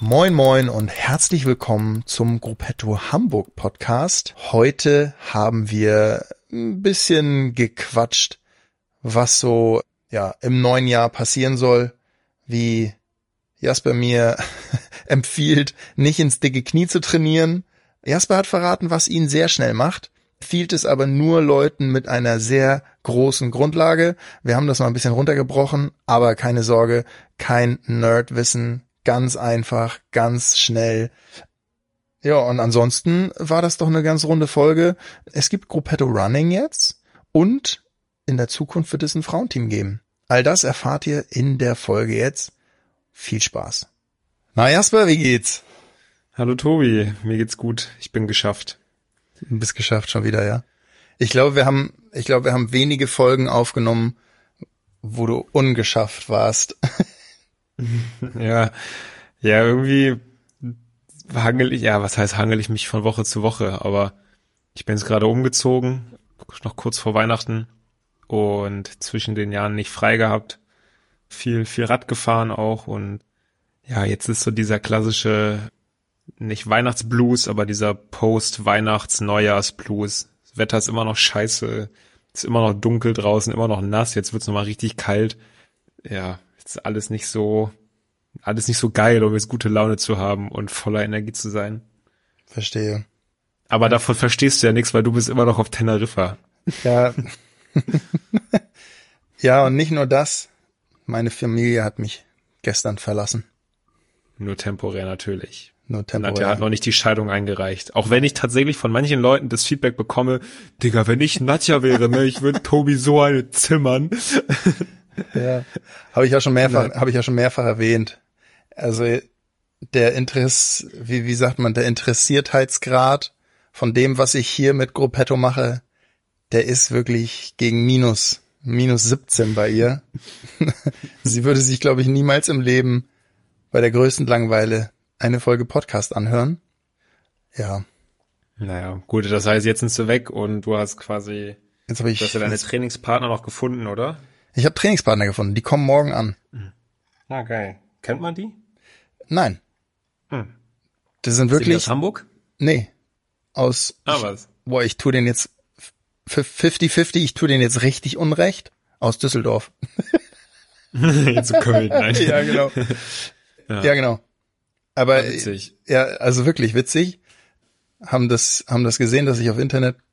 Moin moin und herzlich willkommen zum Gruppetto Hamburg Podcast. Heute haben wir ein bisschen gequatscht, was so im neuen Jahr passieren soll, wie Jasper mir empfiehlt, nicht ins dicke Knie zu trainieren. Jasper hat verraten, was ihn sehr schnell macht, empfiehlt es aber nur Leuten mit einer sehr großen Grundlage. Wir haben das mal ein bisschen runtergebrochen, aber keine Sorge, kein Nerdwissen. Ganz einfach, ganz schnell. Ja, und ansonsten war das doch eine ganz runde Folge. Es gibt Gruppetto Running jetzt und in der Zukunft wird es ein Frauenteam geben. All das erfahrt ihr in der Folge jetzt. Viel Spaß. Na Jasper, wie geht's? Hallo Tobi, mir geht's gut. Ich bin geschafft. Du bist geschafft schon wieder, ja? Ich glaube, wir haben wenige Folgen aufgenommen, wo du ungeschafft warst. Ja, irgendwie hangel ich mich von Woche zu Woche, aber ich bin jetzt gerade umgezogen, noch kurz vor Weihnachten und zwischen den Jahren nicht frei gehabt, viel Rad gefahren auch und ja, jetzt ist so dieser klassische, nicht Weihnachtsblues, aber dieser Post-Weihnachts-Neujahrs-Blues. Das Wetter ist immer noch scheiße, ist immer noch dunkel draußen, immer noch nass, jetzt wird's nochmal richtig kalt. Ja, ist alles nicht so geil, um jetzt gute Laune zu haben und voller Energie zu sein. Verstehe. Aber davon verstehst du ja nichts, weil du bist immer noch auf Teneriffa. Ja. Ja, und nicht nur das. Meine Familie hat mich gestern verlassen. Nur temporär natürlich. Nur temporär. Nadja hat noch nicht die Scheidung eingereicht. Auch wenn ich tatsächlich von manchen Leuten das Feedback bekomme, Digga, wenn ich Nadja wäre, ne, ich würde Tobi so eine zimmern. Ja, habe ich ja schon mehrfach erwähnt. Also der Interessiertheitsgrad von dem, was ich hier mit Gruppetto mache, der ist wirklich gegen minus 17 bei ihr. Sie würde sich, glaube ich, niemals im Leben bei der größten Langeweile eine Folge Podcast anhören. Ja. Naja, gut, das heißt, jetzt sind sie weg und du hast quasi, du hast ja deine Trainingspartner noch gefunden, oder? Ich habe Trainingspartner gefunden, die kommen morgen an. Ah, geil. Kennt man die? Nein. Das sind wirklich... Sind die aus Hamburg? Nee. Was? Ich tue den jetzt 50-50, ich tue den jetzt richtig unrecht. Aus Düsseldorf. Zu Köln, nein. Ja, genau. Ja, genau. Aber, witzig. Ja, also wirklich witzig. Haben das gesehen, dass ich auf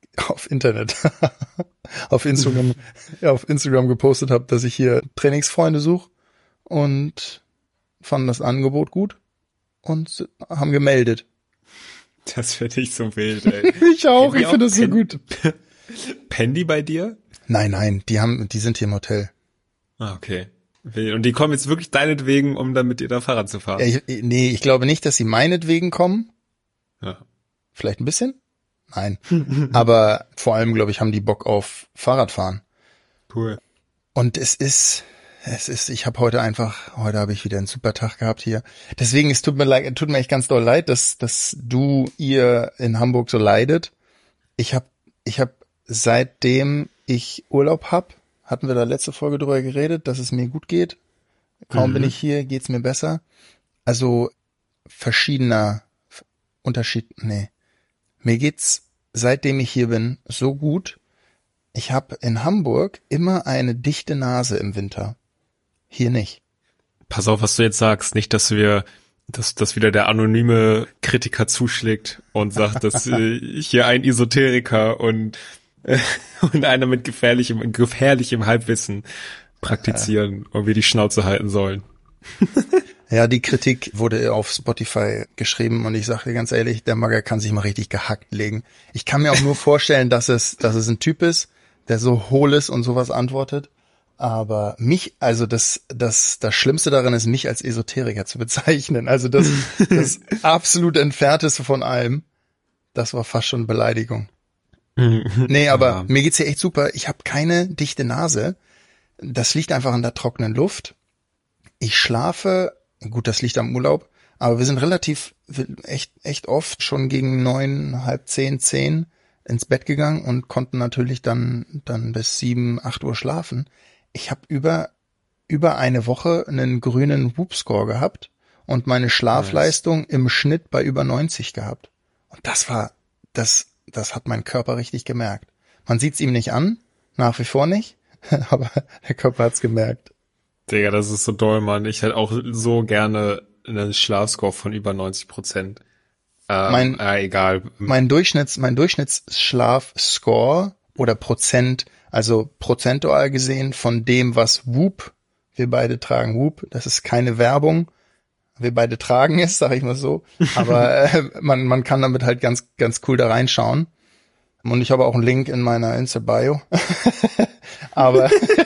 Instagram gepostet habe, dass ich hier Trainingsfreunde suche und fanden das Angebot gut und haben gemeldet. Das finde ich so wild, ey. Ich auch, ich finde das so gut. Pennen die bei dir? Nein, die sind hier im Hotel. Ah, okay. Und die kommen jetzt wirklich deinetwegen, um dann mit dir da Fahrrad zu fahren? Ja, ich glaube nicht, dass sie meinetwegen kommen. Ja. Vielleicht ein bisschen? Nein. Aber vor allem, glaube ich, haben die Bock auf Fahrradfahren. Cool. Und ich habe ich wieder einen super Tag gehabt hier. Deswegen, tut mir echt ganz doll leid, dass ihr in Hamburg so leidet. Ich hab seitdem ich Urlaub hab, hatten wir da letzte Folge drüber geredet, dass es mir gut geht. Kaum bin ich hier, geht's mir besser. Also verschiedener Unterschied, Mir geht's, seitdem ich hier bin, so gut. Ich habe in Hamburg immer eine dichte Nase im Winter. Hier nicht. Pass auf, was du jetzt sagst. Nicht, dass wieder der anonyme Kritiker zuschlägt und sagt, dass hier ein Esoteriker und einer mit gefährlichem Halbwissen praktizieren und wir die Schnauze halten sollen. Ja, die Kritik wurde auf Spotify geschrieben und ich sage dir ganz ehrlich, der Magger kann sich mal richtig gehackt legen. Ich kann mir auch nur vorstellen, dass es ein Typ ist, der so hohl ist und sowas antwortet. Aber das Schlimmste daran ist, mich als Esoteriker zu bezeichnen. Also das absolut Entfernteste von allem. Das war fast schon Beleidigung. Nee, aber mir geht's hier echt super. Ich habe keine dichte Nase. Das liegt einfach an der trockenen Luft. Ich schlafe, gut, das liegt am Urlaub, aber wir sind echt oft schon gegen 9, halb 10 ins Bett gegangen und konnten natürlich dann bis 7, 8 Uhr schlafen. Ich habe über eine Woche einen grünen Whoop-Score gehabt und meine Schlafleistung im Schnitt bei über 90 gehabt. Und das hat mein Körper richtig gemerkt. Man sieht's ihm nicht an, nach wie vor nicht, aber der Körper hat's gemerkt. Digga, das ist so doll, Mann. Ich hätte auch so gerne einen Schlafscore von über 90%. Egal. Mein Durchschnittsschlafscore oder Prozent, also prozentual gesehen von dem, was Whoop, wir beide tragen Whoop, das ist keine Werbung, wir beide tragen es, sag ich mal so, aber man kann damit halt ganz, ganz cool da reinschauen. Und ich habe auch einen Link in meiner Insta-Bio. Aber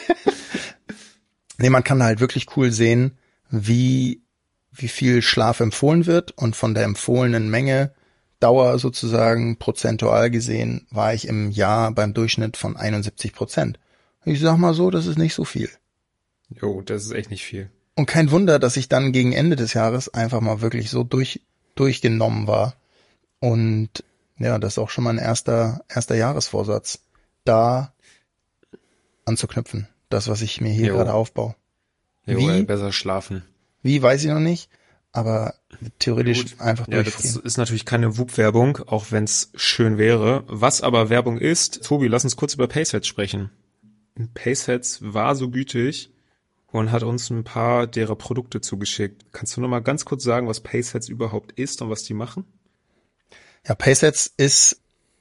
nee, man kann halt wirklich cool sehen, wie viel Schlaf empfohlen wird, und von der empfohlenen Menge Dauer sozusagen prozentual gesehen war ich im Jahr beim Durchschnitt von 71%. Ich sag mal so, das ist nicht so viel. Jo, das ist echt nicht viel. Und kein Wunder, dass ich dann gegen Ende des Jahres einfach mal wirklich so durchgenommen war. Und ja, das ist auch schon mal ein erster Jahresvorsatz, da anzuknüpfen. Das, was ich mir hier gerade aufbaue. Jo, besser schlafen. Wie, weiß ich noch nicht, aber theoretisch einfach durchziehen. Ja, das ist natürlich keine Whoop-Werbung, auch wenn es schön wäre. Was aber Werbung ist, Tobi, lass uns kurz über Paysets sprechen. Paysets war so gütig und hat uns ein paar derer Produkte zugeschickt. Kannst du noch mal ganz kurz sagen, was Paysets überhaupt ist und was die machen? Ja, Paysets ist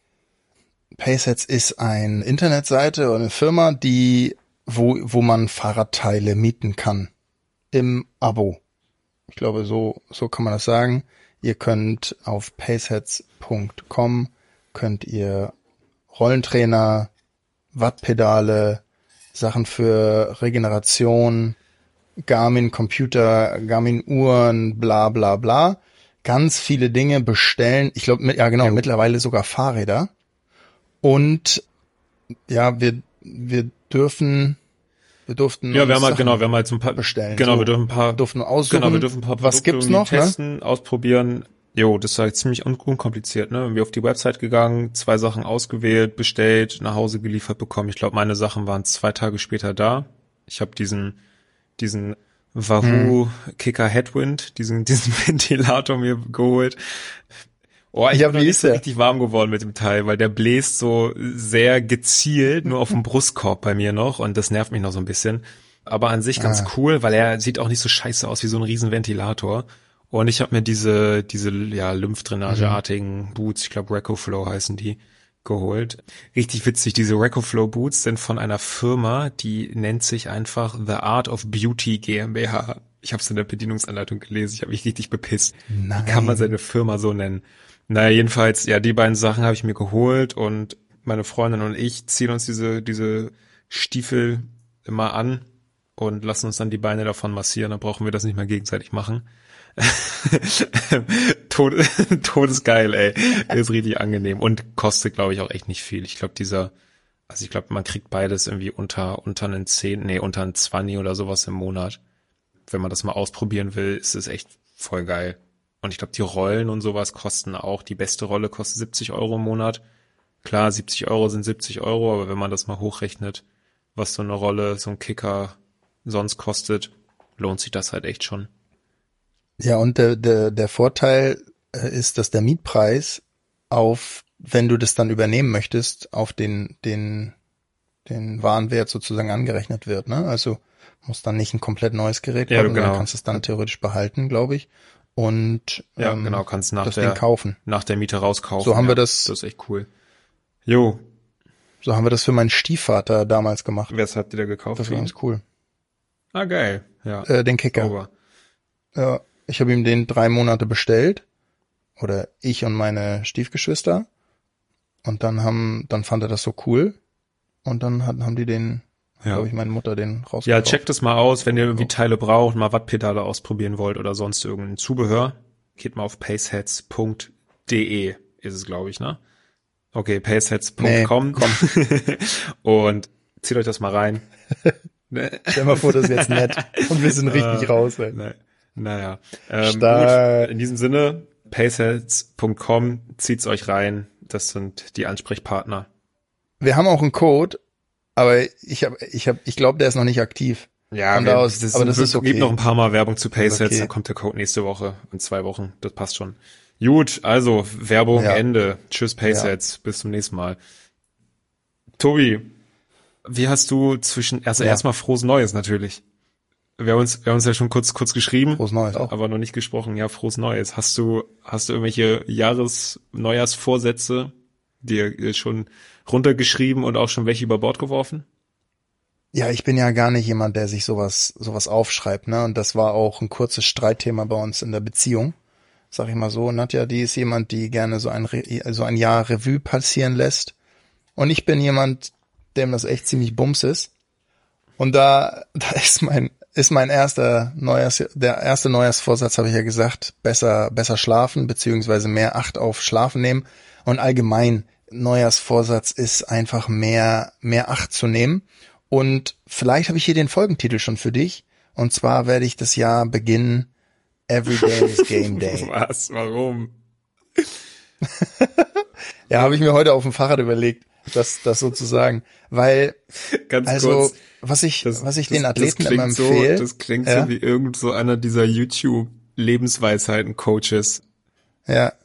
eine Internetseite oder eine Firma, wo man Fahrradteile mieten kann. Im Abo. Ich glaube, so kann man das sagen. Ihr könnt auf paysets.com könnt ihr Rollentrainer, Wattpedale, Sachen für Regeneration, Garmin-Computer, Garmin-Uhren, bla bla bla. Ganz viele Dinge bestellen. Ich glaube, mittlerweile sogar Fahrräder. Und ja, wir durften ja, wir haben halt so ein paar bestellen. Genau, so, wir dürfen ein paar aussuchen. Genau, wir dürfen ein paar Produkte was gibt's noch, testen, ausprobieren. Jo, das war halt ziemlich unkompliziert, ne? Wir auf die Website gegangen, 2 Sachen ausgewählt, bestellt, nach Hause geliefert bekommen. Ich glaube, meine Sachen waren 2 Tage später da. Ich habe diesen Wahoo Kicker Headwind, diesen Ventilator mir geholt. Oh, ich bin nicht so richtig warm geworden mit dem Teil, weil der bläst so sehr gezielt nur auf dem Brustkorb bei mir noch, und das nervt mich noch so ein bisschen. Aber an sich ganz cool, weil er sieht auch nicht so scheiße aus wie so ein riesen Ventilator. Und ich habe mir diese Lymphdrainageartigen Boots, ich glaube Recoflow heißen die, geholt. Richtig witzig, diese Recoflow Boots sind von einer Firma, die nennt sich einfach The Art of Beauty GmbH. Ich habe es in der Bedienungsanleitung gelesen, ich habe mich richtig bepisst. Nein. Wie kann man seine Firma so nennen? Naja, jedenfalls, ja, die beiden Sachen habe ich mir geholt, und meine Freundin und ich ziehen uns diese Stiefel immer an und lassen uns dann die Beine davon massieren, dann brauchen wir das nicht mehr gegenseitig machen. Todesgeil, ey. Ist richtig angenehm und kostet, glaube ich, auch echt nicht viel. Ich glaube, man kriegt beides irgendwie unter einen 20 oder sowas im Monat. Wenn man das mal ausprobieren will, ist es echt voll geil. Und ich glaube, die Rollen und sowas kosten auch. Die beste Rolle kostet 70 € im Monat. Klar, 70 € sind 70 €, aber wenn man das mal hochrechnet, was so eine Rolle, so ein Kicker sonst kostet, lohnt sich das halt echt schon. Ja, und der Vorteil ist, dass der Mietpreis wenn du das dann übernehmen möchtest, auf den Warenwert sozusagen angerechnet wird, ne? Also muss dann nicht ein komplett neues Gerät kaufen, sondern kannst es dann theoretisch behalten, glaube ich. Und kannst das Ding kaufen. Nach der Miete rauskaufen. So haben wir das. Das ist echt cool. Jo. So haben wir das für meinen Stiefvater damals gemacht. Was habt ihr da gekauft? Das war ganz cool. Ah, geil. Ja. Den Kicker. Sauber. Ja, ich habe ihm den 3 Monate bestellt. Oder ich und meine Stiefgeschwister. Und dann fand er das so cool. Und dann haben die glaube ich, meine Mutter den rausgekauft. Ja, checkt das mal aus, wenn ihr irgendwie Teile braucht, mal Wattpedale ausprobieren wollt oder sonst irgendein Zubehör. Geht mal auf paceheads.de ist es, glaube ich, ne? Okay, paceheads.com. Und zieht euch das mal rein. Stell mal vor, das ist jetzt nett. Und wir sind richtig raus, ey. Naja. Gut, in diesem Sinne, paceheads.com, zieht's euch rein. Das sind die Ansprechpartner. Wir haben auch einen Code, aber ich glaube, der ist noch nicht aktiv. Ja, Von da aus, aber das ist okay. Gibt noch ein paar Mal Werbung zu Paysets, Okay. dann kommt der Code nächste Woche, in 2 Wochen, das passt schon. Gut, also Werbung, Ja. Ende. Tschüss Paysets, bis zum nächsten Mal. Tobi, wie hast du erstmal frohes Neues natürlich. Wir haben uns ja schon kurz geschrieben, Frohes Neues auch. aber noch nicht gesprochen. Ja, frohes Neues. Hast du irgendwelche Neujahrsvorsätze dir schon runtergeschrieben und auch schon welche über Bord geworfen? Ja, ich bin ja gar nicht jemand, der sich sowas aufschreibt, ne? Und das war auch ein kurzes Streitthema bei uns in der Beziehung. Sag ich mal so. Nadja, die ist jemand, die gerne so ein Jahr Revue passieren lässt. Und ich bin jemand, dem das echt ziemlich bums ist. Und da ist mein erster Neujahrsvorsatz, habe ich ja gesagt, besser schlafen, beziehungsweise mehr Acht auf Schlafen nehmen. Und allgemein, Neujahrsvorsatz ist einfach mehr Acht zu nehmen. Und vielleicht habe ich hier den Folgentitel schon für dich. Und zwar werde ich das Jahr beginnen, Every Day is Game Day. Was? Warum? Ja, habe ich mir heute auf dem Fahrrad überlegt, das sozusagen. Weil, Ganz also, kurz, was ich den Athleten immer empfehle. Das klingt so wie irgend so einer dieser YouTube-Lebensweisheiten-Coaches. Ja.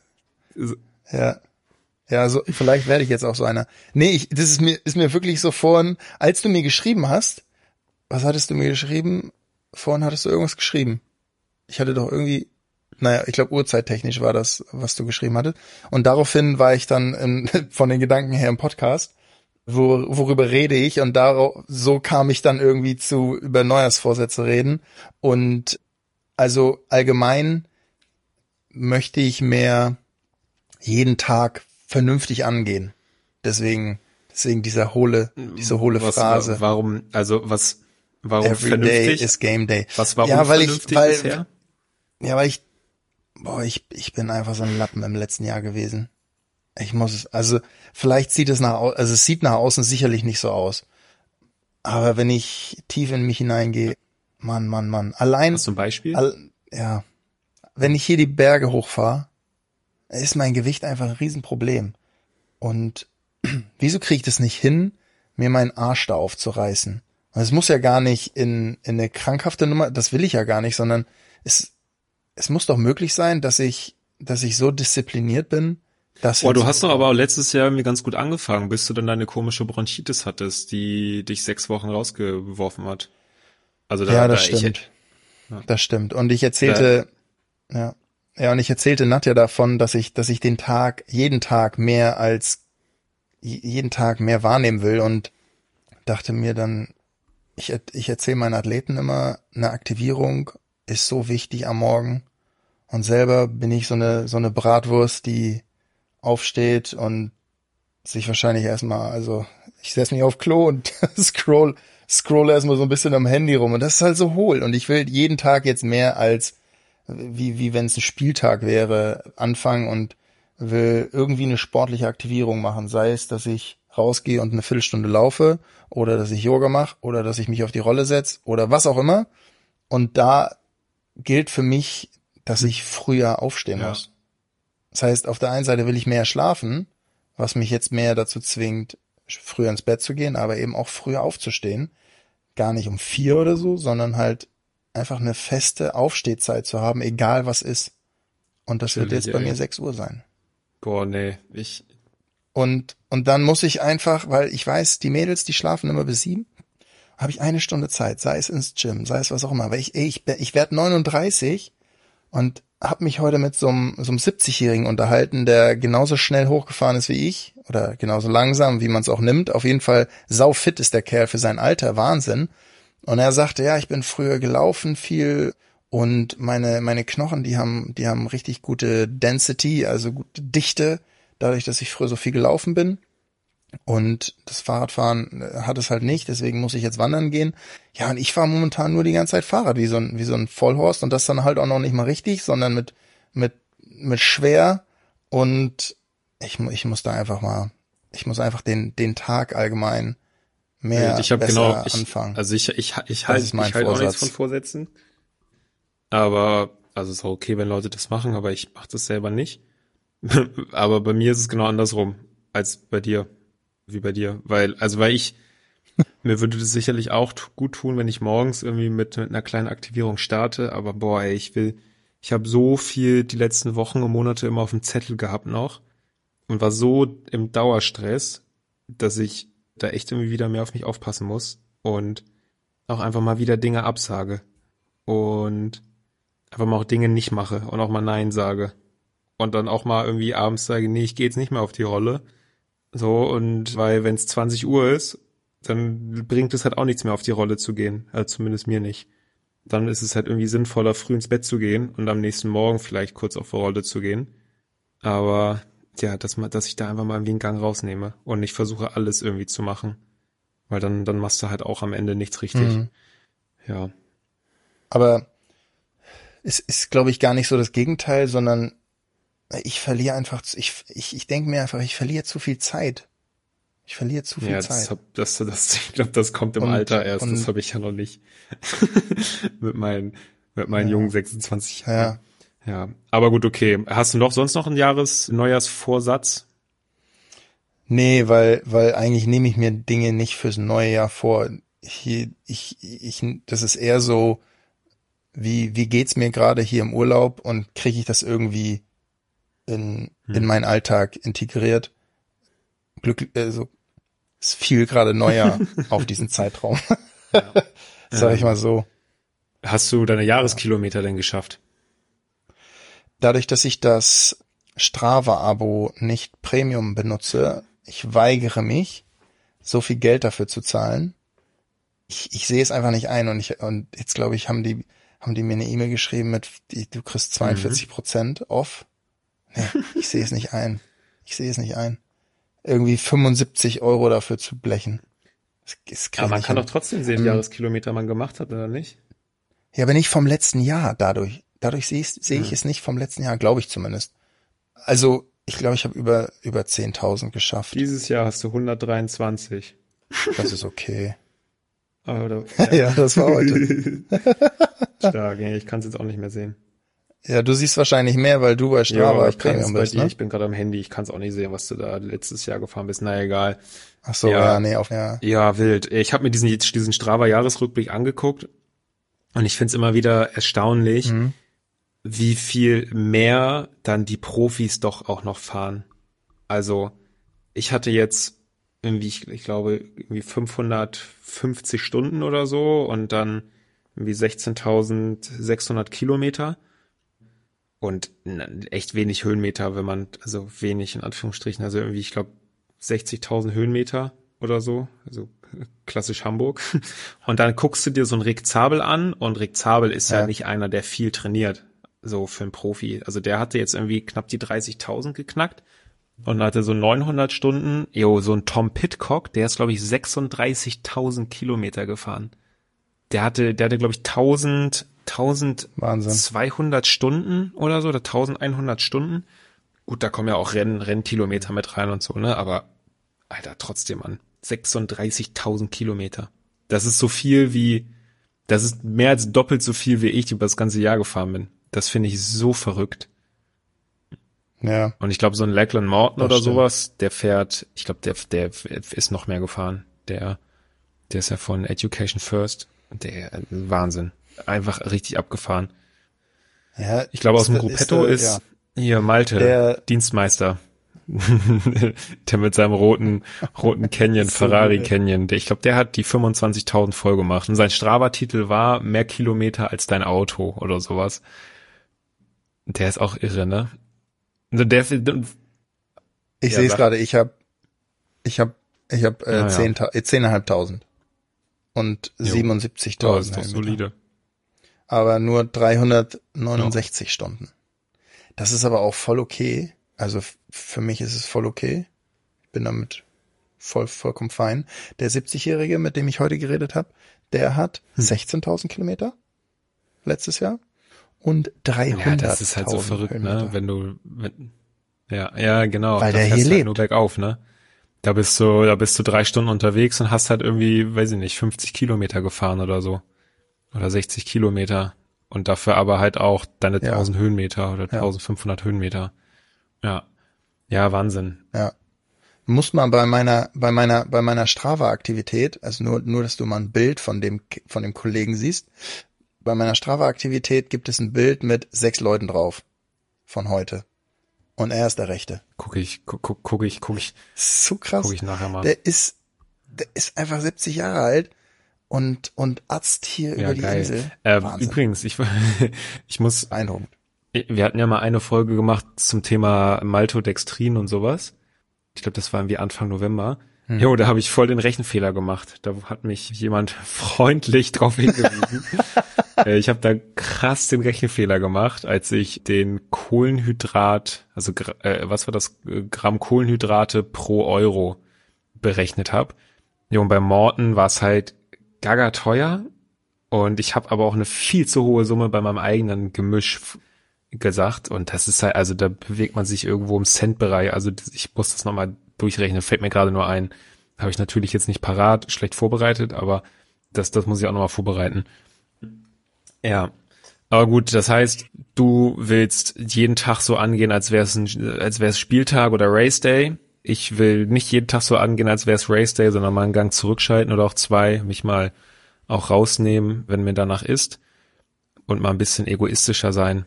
Ja, so, vielleicht werde ich jetzt auch so einer. Nee, das ist mir wirklich so vorhin, als du mir geschrieben hast, was hattest du mir geschrieben? Vorhin hattest du irgendwas geschrieben. Ich hatte doch irgendwie, ich glaube uhrzeittechnisch war das, was du geschrieben hattest. Und daraufhin war ich dann von den Gedanken her im Podcast, worüber rede ich? Und so kam ich dann irgendwie über Neujahrsvorsätze reden. Und also allgemein möchte ich mehr jeden Tag vernünftig angehen. Deswegen diese hohle Phrase. Warum Every vernünftig? Day is Game Day. Was war unvernünftig bisher? Ja, weil ich bin einfach so ein Lappen im letzten Jahr gewesen. Vielleicht sieht es es sieht nach außen sicherlich nicht so aus. Aber wenn ich tief in mich hineingehe, Mann. Allein. Hast du ein Beispiel? Wenn ich hier die Berge hochfahre, ist mein Gewicht einfach ein Riesenproblem. Und wieso kriege ich das nicht hin, mir meinen Arsch da aufzureißen? Und es muss ja gar nicht in eine krankhafte Nummer, das will ich ja gar nicht, sondern es muss doch möglich sein, dass ich so diszipliniert bin, dass du hast doch aber auch letztes Jahr irgendwie ganz gut angefangen, bis du dann deine komische Bronchitis hattest, die dich 6 Wochen rausgeworfen hat. Also das stimmt. Das stimmt. Und ich erzählte Nadja davon, dass ich jeden Tag mehr wahrnehmen will und dachte mir dann, ich erzähle meinen Athleten immer, eine Aktivierung ist so wichtig am Morgen. Und selber bin ich so eine Bratwurst, die aufsteht und sich wahrscheinlich ich setze mich auf Klo und scroll erstmal so ein bisschen am Handy rum. Und das ist halt so hohl. Und ich will jeden Tag jetzt mehr als, wie wenn es ein Spieltag wäre, anfangen und will irgendwie eine sportliche Aktivierung machen. Sei es, dass ich rausgehe und eine Viertelstunde laufe oder dass ich Yoga mache oder dass ich mich auf die Rolle setze oder was auch immer. Und da gilt für mich, dass ich früher aufstehen muss. Das heißt, auf der einen Seite will ich mehr schlafen, was mich jetzt mehr dazu zwingt, früher ins Bett zu gehen, aber eben auch früher aufzustehen. Gar nicht um 4 oder so, sondern halt einfach eine feste Aufstehzeit zu haben, egal was ist. Und das wird jetzt bei mir 6 Uhr sein. Boah, nee, Und dann muss ich einfach, weil ich weiß, die Mädels, die schlafen immer bis 7, habe ich 1 Stunde Zeit, sei es ins Gym, sei es was auch immer. Weil ich werde 39 und habe mich heute mit so einem 70-Jährigen unterhalten, der genauso schnell hochgefahren ist wie ich oder genauso langsam, wie man es auch nimmt. Auf jeden Fall saufit ist der Kerl für sein Alter, Wahnsinn. Und er sagte, ja, ich bin früher gelaufen viel und meine Knochen, die haben richtig gute Density, also gute Dichte, dadurch, dass ich früher so viel gelaufen bin. Und das Fahrradfahren hat es halt nicht, deswegen muss ich jetzt wandern gehen. Ja, und ich fahre momentan nur die ganze Zeit Fahrrad, wie so ein Vollhorst und das dann halt auch noch nicht mal richtig, sondern mit schwer. Und ich muss einfach den Tag allgemein anfangen. Also ich halte auch nichts von Vorsätzen. Aber, also es ist auch okay, wenn Leute das machen, aber ich mache das selber nicht. Aber bei mir ist es genau andersrum als bei dir. Wie bei dir. Weil ich Mir würde das sicherlich auch gut tun, wenn ich morgens irgendwie mit einer kleinen Aktivierung starte, aber boah, ey, ich habe so viel die letzten Wochen und Monate immer auf dem Zettel gehabt noch und war so im Dauerstress, dass ich da echt irgendwie wieder mehr auf mich aufpassen muss und auch einfach mal wieder Dinge absage und einfach mal auch Dinge nicht mache und auch mal Nein sage und dann auch mal irgendwie abends sage, nee, ich gehe jetzt nicht mehr auf die Rolle. So, und weil wenn es 20 Uhr ist, dann bringt es halt auch nichts mehr auf die Rolle zu gehen, also zumindest mir nicht. Dann ist es halt irgendwie sinnvoller, früh ins Bett zu gehen und am nächsten Morgen vielleicht kurz auf die Rolle zu gehen. Aber ja, dass ich da einfach mal irgendwie einen Gang rausnehme und nicht versuche, alles irgendwie zu machen. Weil dann machst du halt auch am Ende nichts richtig. Mhm. Ja. Aber es ist, glaube ich, gar nicht so das Gegenteil, sondern ich verliere einfach, ich denke mir einfach, ich verliere zu viel Zeit. Ich verliere zu viel Ja, Zeit. ich glaube, das kommt im Alter erst. Und Das habe ich ja noch nicht. mit meinen jungen 26 Jahren. Ja, aber gut, okay. Hast du sonst noch einen Neujahrsvorsatz? nee, weil eigentlich nehme ich mir Dinge nicht fürs neue Jahr vor. Das ist eher so, wie geht's mir gerade hier im Urlaub und kriege ich das irgendwie in meinen Alltag integriert? Es fiel gerade Neujahr auf diesen Zeitraum. Ja. Sag ich mal so. Hast du deine Jahreskilometer denn geschafft? Dadurch, dass ich das Strava-Abo nicht Premium benutze, ich weigere mich, so viel Geld dafür zu zahlen. Ich sehe es einfach nicht ein und jetzt glaube ich, haben die mir eine E-Mail geschrieben du kriegst 42% off. Nee, ich sehe es nicht ein. Irgendwie 75 € dafür zu blechen. Aber man kann doch trotzdem sehen, wie Jahreskilometer man gemacht hat, oder nicht? Ja, aber nicht vom letzten Jahr dadurch. Dadurch sehe ich es nicht vom letzten Jahr, glaube ich zumindest. Also, ich glaube, ich habe über 10.000 geschafft. Dieses Jahr hast du 123. Das ist okay. Oder, ja, das war heute. Stark, ich kann es jetzt auch nicht mehr sehen. Ja, du siehst wahrscheinlich mehr, weil du bei Strava Premium bist, ne? Ich bin gerade am Handy, ich kann es auch nicht sehen, was du da letztes Jahr gefahren bist. Na egal. Ach so, ja, nee, Ja, wild. Ich habe mir diesen Strava-Jahresrückblick angeguckt und ich find's immer wieder erstaunlich, wie viel mehr dann die Profis doch auch noch fahren. Also, ich hatte jetzt irgendwie, ich glaube, irgendwie 550 Stunden oder so und dann irgendwie 16.600 Kilometer. Und echt wenig Höhenmeter, also wenig in Anführungsstrichen, also irgendwie, ich glaube, 60.000 Höhenmeter oder so, also klassisch Hamburg. Und dann guckst du dir so einen Rick Zabel an und Rick Zabel ist ja nicht einer, der viel trainiert, so für einen Profi. Also der hatte jetzt irgendwie knapp die 30.000 geknackt und hatte so 900 Stunden. So ein Tom Pidcock, der ist, glaube ich, 36.000 Kilometer gefahren. Der hatte, glaube ich, 1200 Stunden oder so, oder 1100 Stunden. Gut, da kommen ja auch Rennkilometer mit rein und so, ne? Aber, Alter, trotzdem, Mann. 36.000 Kilometer. Das ist das ist mehr als doppelt so viel, wie ich über das ganze Jahr gefahren bin. Das finde ich so verrückt. Ja. Und ich glaube, so ein Lachlan Morton oder sowas, der fährt, ich glaube, der ist noch mehr gefahren. Der ist ja von Education First. Wahnsinn. Einfach richtig abgefahren. Ja, ich glaube, aus dem Gruppetto ist hier Malte, der Dienstmeister. Der mit seinem roten Canyon, Ferrari Canyon. Ich glaube, der hat die 25.000 voll gemacht. Und sein Strava-Titel war mehr Kilometer als dein Auto oder sowas. Der ist auch irre, ne? Also ich sehe es gerade, ich hab 10.500 und 77.000. Das ist doch solide. Aber nur 369 Stunden. Das ist aber auch voll okay. Also für mich ist es voll okay. Ich bin damit vollkommen fein. Der 70-Jährige, mit dem ich heute geredet habe, der hat 16.000 Kilometer letztes Jahr und 300.000. Ja, das ist halt so verrückt, Kilometer. Ne? Ja, genau. Weil der hier lebt. Halt nur bergauf, ne? Da bist du 3 Stunden unterwegs und hast halt irgendwie, weiß ich nicht, 50 Kilometer gefahren oder so. Oder 60 Kilometer. Und dafür aber halt auch deine 1000 Höhenmeter oder 1500 Höhenmeter. Ja. Ja, Wahnsinn. Ja. Muss man bei meiner Strava-Aktivität, also nur, dass du mal ein Bild von dem Kollegen siehst. Bei meiner Strava-Aktivität gibt es ein Bild mit 6 Leuten drauf. Von heute. Und er ist der Rechte. Guck ich So krass. nachher mal. Der ist einfach 70 Jahre alt und Arzt hier Ja, über die geil. Insel. Wahnsinn. Übrigens, ich muss, Beeindruckend. wir hatten ja mal eine Folge gemacht zum Thema Maltodextrin und sowas. Ich glaube, das war irgendwie Anfang November. Jo, da habe ich voll den Rechenfehler gemacht. Da hat mich jemand freundlich drauf hingewiesen. Ich habe da krass den Rechenfehler gemacht, als ich den Kohlenhydrat, also was war das, Gramm Kohlenhydrate pro Euro berechnet habe. Ja, und bei Morton war es halt gaga teuer und ich habe aber auch eine viel zu hohe Summe bei meinem eigenen Gemisch gesagt und das ist halt, also da bewegt man sich irgendwo im Cent-Bereich, also ich muss das nochmal durchrechnen, fällt mir gerade nur ein. Habe ich natürlich jetzt nicht parat, schlecht vorbereitet, aber das muss ich auch nochmal vorbereiten. Ja, aber gut, das heißt, du willst jeden Tag so angehen, als wäre es Spieltag oder Race Day. Ich will nicht jeden Tag so angehen, als wäre es Race Day, sondern mal einen Gang zurückschalten oder auch 2, mich mal auch rausnehmen, wenn mir danach ist und mal ein bisschen egoistischer sein.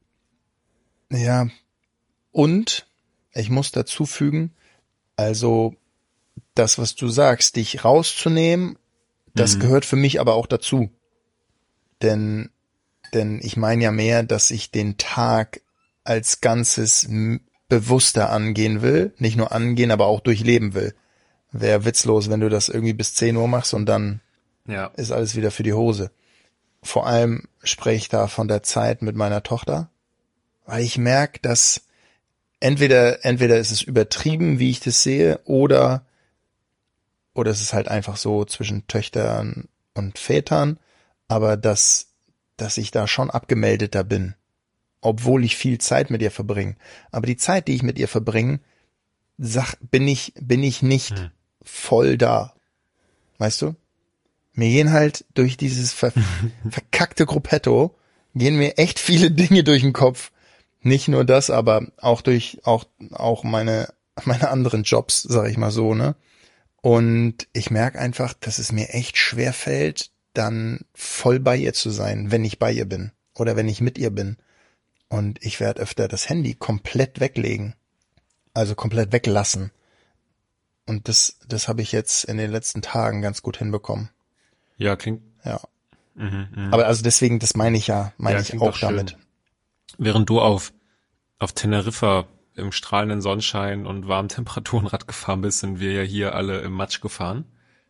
Ja. Und ich muss dazu fügen, also das, was du sagst, dich rauszunehmen, das gehört für mich aber auch dazu. Denn ich meine ja mehr, dass ich den Tag als Ganzes bewusster angehen will. Nicht nur angehen, aber auch durchleben will. Wäre witzlos, wenn du das irgendwie bis 10 Uhr machst und dann ist alles wieder für die Hose. Vor allem spreche ich da von der Zeit mit meiner Tochter, weil ich merke, dass entweder ist es übertrieben, wie ich das sehe, oder es ist halt einfach so zwischen Töchtern und Vätern, aber dass ich da schon abgemeldeter bin, obwohl ich viel Zeit mit ihr verbringe. Aber die Zeit, die ich mit ihr verbringe, bin ich nicht voll da. Weißt du? Mir gehen halt durch dieses verkackte Gruppetto, gehen mir echt viele Dinge durch den Kopf. Nicht nur das, aber auch auch meine anderen Jobs, sag ich mal so, ne? Und ich merke einfach, dass es mir echt schwer fällt, dann voll bei ihr zu sein, wenn ich bei ihr bin oder wenn ich mit ihr bin. Und ich werde öfter das Handy komplett weglegen, also komplett weglassen. Und das habe ich jetzt in den letzten Tagen ganz gut hinbekommen. Ja, klingt. Ja. Aber also deswegen, das meine ich auch damit. Während du auf Teneriffa im strahlenden Sonnenschein und warmen Temperaturen Rad gefahren bist, sind wir ja hier alle im Matsch gefahren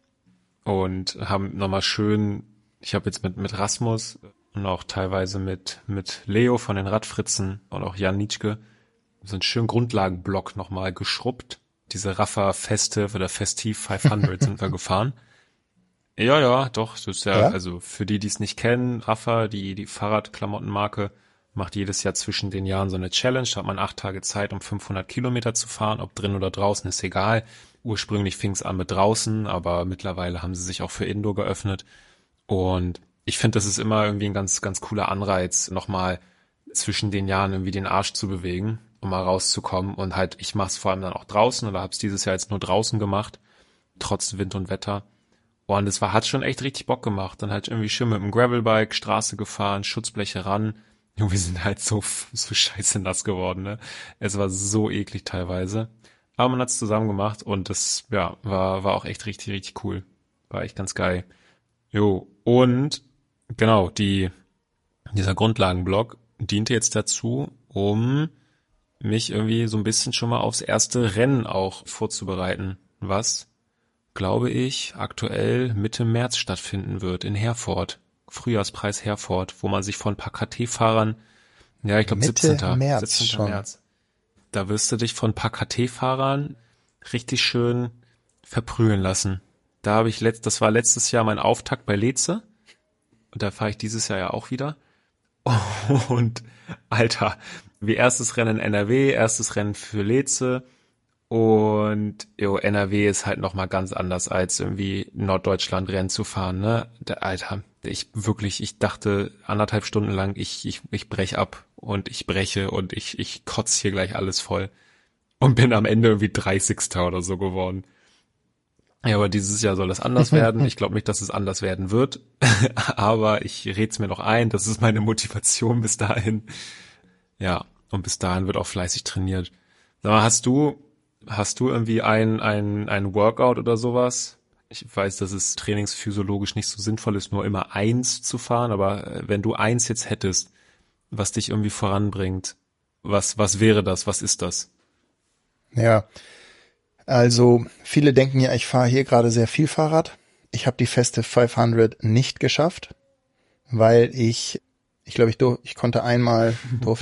und haben nochmal schön, ich habe jetzt mit Rasmus und auch teilweise mit Leo von den Radfritzen und auch Jan Nitschke so einen schönen Grundlagenblock nochmal geschrubbt. Diese Raffa Festive oder Festiv 500 sind wir gefahren. Ja, doch, das ist ja, also für die es nicht kennen, Raffa, die Fahrradklamottenmarke, macht jedes Jahr zwischen den Jahren so eine Challenge, da hat man 8 Tage Zeit, um 500 Kilometer zu fahren, ob drin oder draußen, ist egal. Ursprünglich fing es an mit draußen, aber mittlerweile haben sie sich auch für Indoor geöffnet. Und ich finde, das ist immer irgendwie ein ganz, ganz cooler Anreiz, nochmal zwischen den Jahren irgendwie den Arsch zu bewegen, um mal rauszukommen. Und halt, ich mache es vor allem dann auch draußen, oder habe es dieses Jahr jetzt nur draußen gemacht, trotz Wind und Wetter. Und es hat schon echt richtig Bock gemacht. Dann halt irgendwie schön mit dem Gravelbike, Straße gefahren, Schutzbleche ran. Und wir sind halt so scheiße nass geworden, ne? Es war so eklig teilweise. Aber man hat's zusammen gemacht und das, ja, war auch echt richtig, richtig cool. War echt ganz geil. Jo, und genau, dieser Grundlagenblock diente jetzt dazu, um mich irgendwie so ein bisschen schon mal aufs erste Rennen auch vorzubereiten, was, glaube ich, aktuell Mitte März stattfinden wird in Herford. Frühjahrspreis Herford, wo man sich von ein paar KT-Fahrern, ja, ich glaube 17. März. Da wirst du dich von ein paar KT-Fahrern richtig schön verprügeln lassen. Das war letztes Jahr mein Auftakt bei Leze. Und da fahre ich dieses Jahr ja auch wieder. Und, Alter, wie erstes Rennen in NRW, erstes Rennen für Leze. Und NRW ist halt nochmal ganz anders als irgendwie Norddeutschland Rennen zu fahren, ne? Alter, ich dachte 1,5 Stunden lang, ich brech ab und ich breche und ich kotze hier gleich alles voll. und bin am Ende irgendwie 30. oder so geworden. Ja, aber dieses Jahr soll das anders werden. Ich glaube nicht, dass es anders werden wird, aber ich red's mir noch ein. Das ist meine Motivation bis dahin. Ja, und bis dahin wird auch fleißig trainiert. Sag mal, hast du irgendwie ein Workout oder sowas? Ich weiß, dass es trainingsphysiologisch nicht so sinnvoll ist, nur immer eins zu fahren, aber wenn du eins jetzt hättest, was dich irgendwie voranbringt, was wäre das? Was ist das? Ja, also viele denken ja, ich fahre hier gerade sehr viel Fahrrad. Ich habe die feste 500 nicht geschafft, weil ich glaube, ich konnte einmal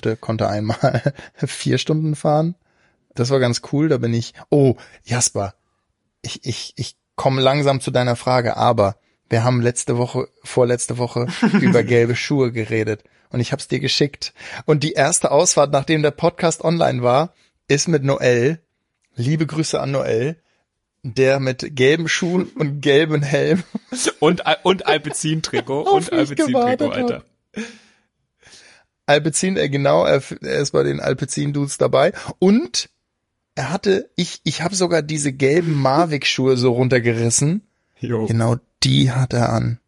4 Stunden fahren. Das war ganz cool, da bin ich, oh, Jasper, ich komme langsam zu deiner Frage, aber wir haben vorletzte Woche über gelbe Schuhe geredet und ich hab's dir geschickt. Und die erste Ausfahrt, nachdem der Podcast online war, ist mit Noel. Liebe Grüße an Noel, der mit gelben Schuhen und gelben Helm und Alpecin-Trikot und Alpecin-Trikot, Alter. Alpecin, genau, er ist bei den Alpecin-Dudes dabei und ich habe sogar diese gelben Mavic-Schuhe so runtergerissen. Jo. Genau die hat er an.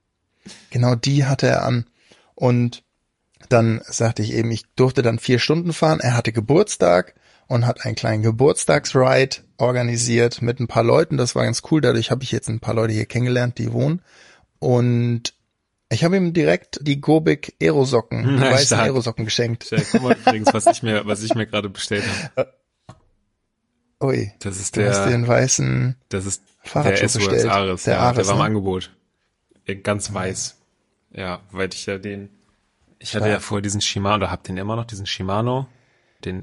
Und dann sagte ich eben, ich durfte dann 4 Stunden fahren. Er hatte Geburtstag und hat einen kleinen Geburtstagsride organisiert mit ein paar Leuten. Das war ganz cool. Dadurch habe ich jetzt ein paar Leute hier kennengelernt, die wohnen. Und ich habe ihm direkt die Gobik Aerosocken, die weißen Aerosocken geschenkt. Guck mal übrigens, was ich mir gerade bestellt habe. Ui, das ist du hast den weißen Fahrradschuh der bestellt. Ares, der Ares, Ares, der war im ne? Angebot. Ganz weiß. Ja, weil ich hatte ja vorher diesen Shimano, oder hab den immer noch, diesen Shimano, den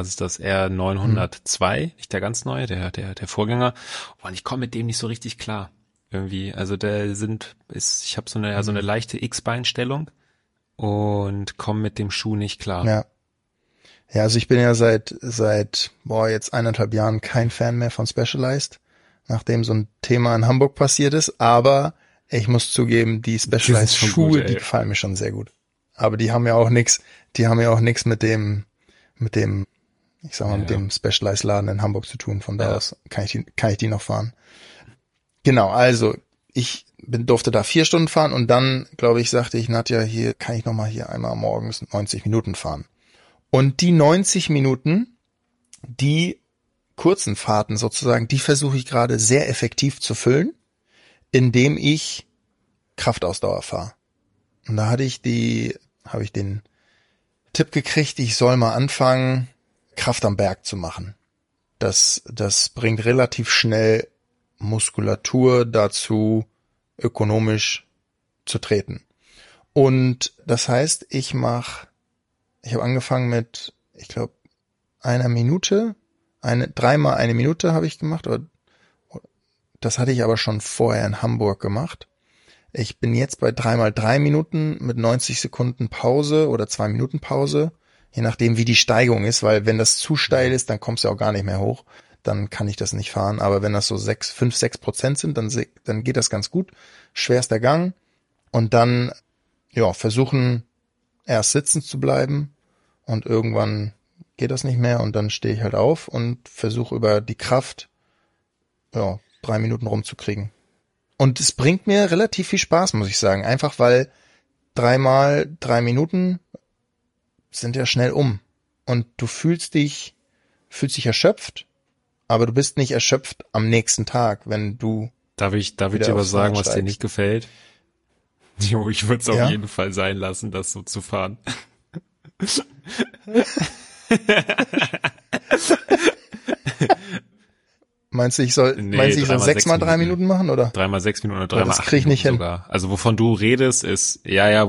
R902, nicht der ganz neue, der Vorgänger. Und ich komme mit dem nicht so richtig klar. Irgendwie, also ich habe so eine leichte X-Beinstellung und komme mit dem Schuh nicht klar. Ja. Ja, also ich bin ja seit jetzt 1,5 Jahren kein Fan mehr von Specialized, nachdem so ein Thema in Hamburg passiert ist, aber ich muss zugeben, die Specialized Schuhe, die gefallen mir schon sehr gut. Aber die haben ja auch nichts mit dem, ich sag mal, mit dem Specialized Laden in Hamburg zu tun, von da aus kann ich die noch fahren. Genau, also durfte da 4 Stunden fahren und dann, glaube ich, sagte ich, Nadja, hier kann ich nochmal hier einmal morgens 90 Minuten fahren. Und die 90 Minuten, die kurzen Fahrten sozusagen, die versuche ich gerade sehr effektiv zu füllen, indem ich Kraftausdauer fahre. Und da habe ich den Tipp gekriegt, ich soll mal anfangen, Kraft am Berg zu machen. Das bringt relativ schnell Muskulatur dazu, ökonomisch zu treten. Und das heißt, ich habe angefangen mit, ich glaube, 1 Minute, 3-mal 1 Minute habe ich gemacht, das hatte ich aber schon vorher in Hamburg gemacht. Ich bin jetzt bei 3-mal 3 Minuten mit 90 Sekunden Pause oder 2 Minuten Pause, je nachdem wie die Steigung ist, weil wenn das zu steil ist, dann kommst du auch gar nicht mehr hoch, dann kann ich das nicht fahren, aber wenn das so 5-6% sind, dann geht das ganz gut. Schwerster Gang und dann, versuchen erst sitzen zu bleiben und irgendwann geht das nicht mehr und dann stehe ich halt auf und versuche über die Kraft 3 Minuten rumzukriegen. Und es bringt mir relativ viel Spaß, muss ich sagen. Einfach weil 3-mal 3 Minuten sind ja schnell um. Und du fühlst dich erschöpft, aber du bist nicht erschöpft am nächsten Tag, wenn du Darf ich dir was sagen, was dir nicht gefällt? Jo, ich würde es auf jeden Fall sein lassen, das so zu fahren. Meinst du, ich soll 6-mal 3 Minuten machen, oder? 3-mal 6 Minuten oder 3-mal 8 krieg ich nicht Minuten sogar. Also wovon du redest, ist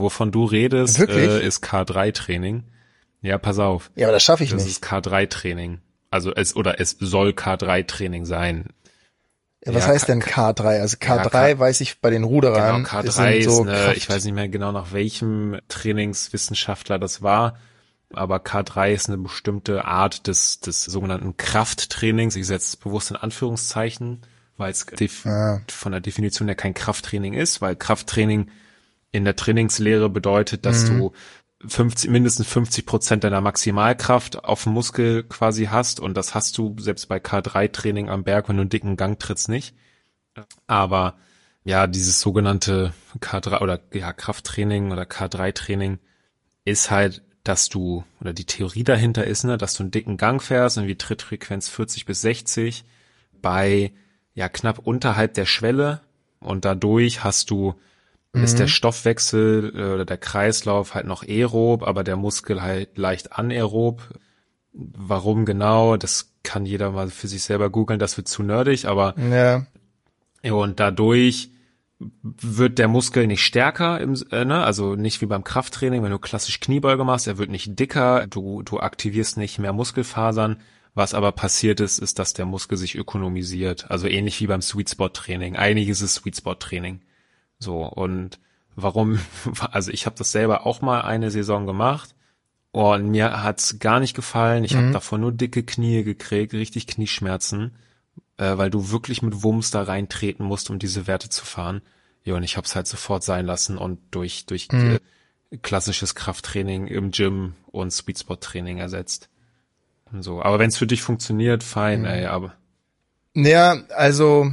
K3-Training. Ja, pass auf. Ja, aber das schaffe ich nicht. Das ist K3-Training. Also es soll K3-Training sein. Ja, was heißt denn K3? Also K3 weiß ich bei den Ruderern. Genau, K3 ist so ich weiß nicht mehr genau nach welchem Trainingswissenschaftler das war, aber K3 ist eine bestimmte Art des sogenannten Krafttrainings. Ich setze es bewusst in Anführungszeichen, weil es von der Definition her kein Krafttraining ist, weil Krafttraining in der Trainingslehre bedeutet, dass du mindestens 50% deiner Maximalkraft auf dem Muskel quasi hast, und das hast du selbst bei K3-Training am Berg, wenn du einen dicken Gang trittst, nicht. Aber ja, dieses sogenannte K3 oder ja Krafttraining oder K3-Training ist halt, dass du, oder die Theorie dahinter ist, ne, dass du einen dicken Gang fährst, irgendwie Trittfrequenz 40 bis 60 bei ja knapp unterhalb der Schwelle, und dadurch ist der Stoffwechsel oder der Kreislauf halt noch aerob, aber der Muskel halt leicht anaerob. Warum genau, das kann jeder mal für sich selber googeln, das wird zu nerdig, aber Ja. und dadurch wird der Muskel nicht stärker, also nicht wie beim Krafttraining, wenn du klassisch Kniebeuge machst, er wird nicht dicker, du aktivierst nicht mehr Muskelfasern. Was aber passiert ist, dass der Muskel sich ökonomisiert, also ähnlich wie beim Sweet Spot Training. Einiges ist Sweet Spot Training. So, und warum, also ich habe das selber auch mal eine Saison gemacht und mir hat's gar nicht gefallen. Ich habe davor nur dicke Knie gekriegt, richtig Knieschmerzen, weil du wirklich mit Wumms da reintreten musst, um diese Werte zu fahren. Ja, und ich habe es halt sofort sein lassen und durch klassisches Krafttraining im Gym und Sweet Spot Training ersetzt. Und so, aber wenn es für dich funktioniert, fein, ey, aber. Ja, also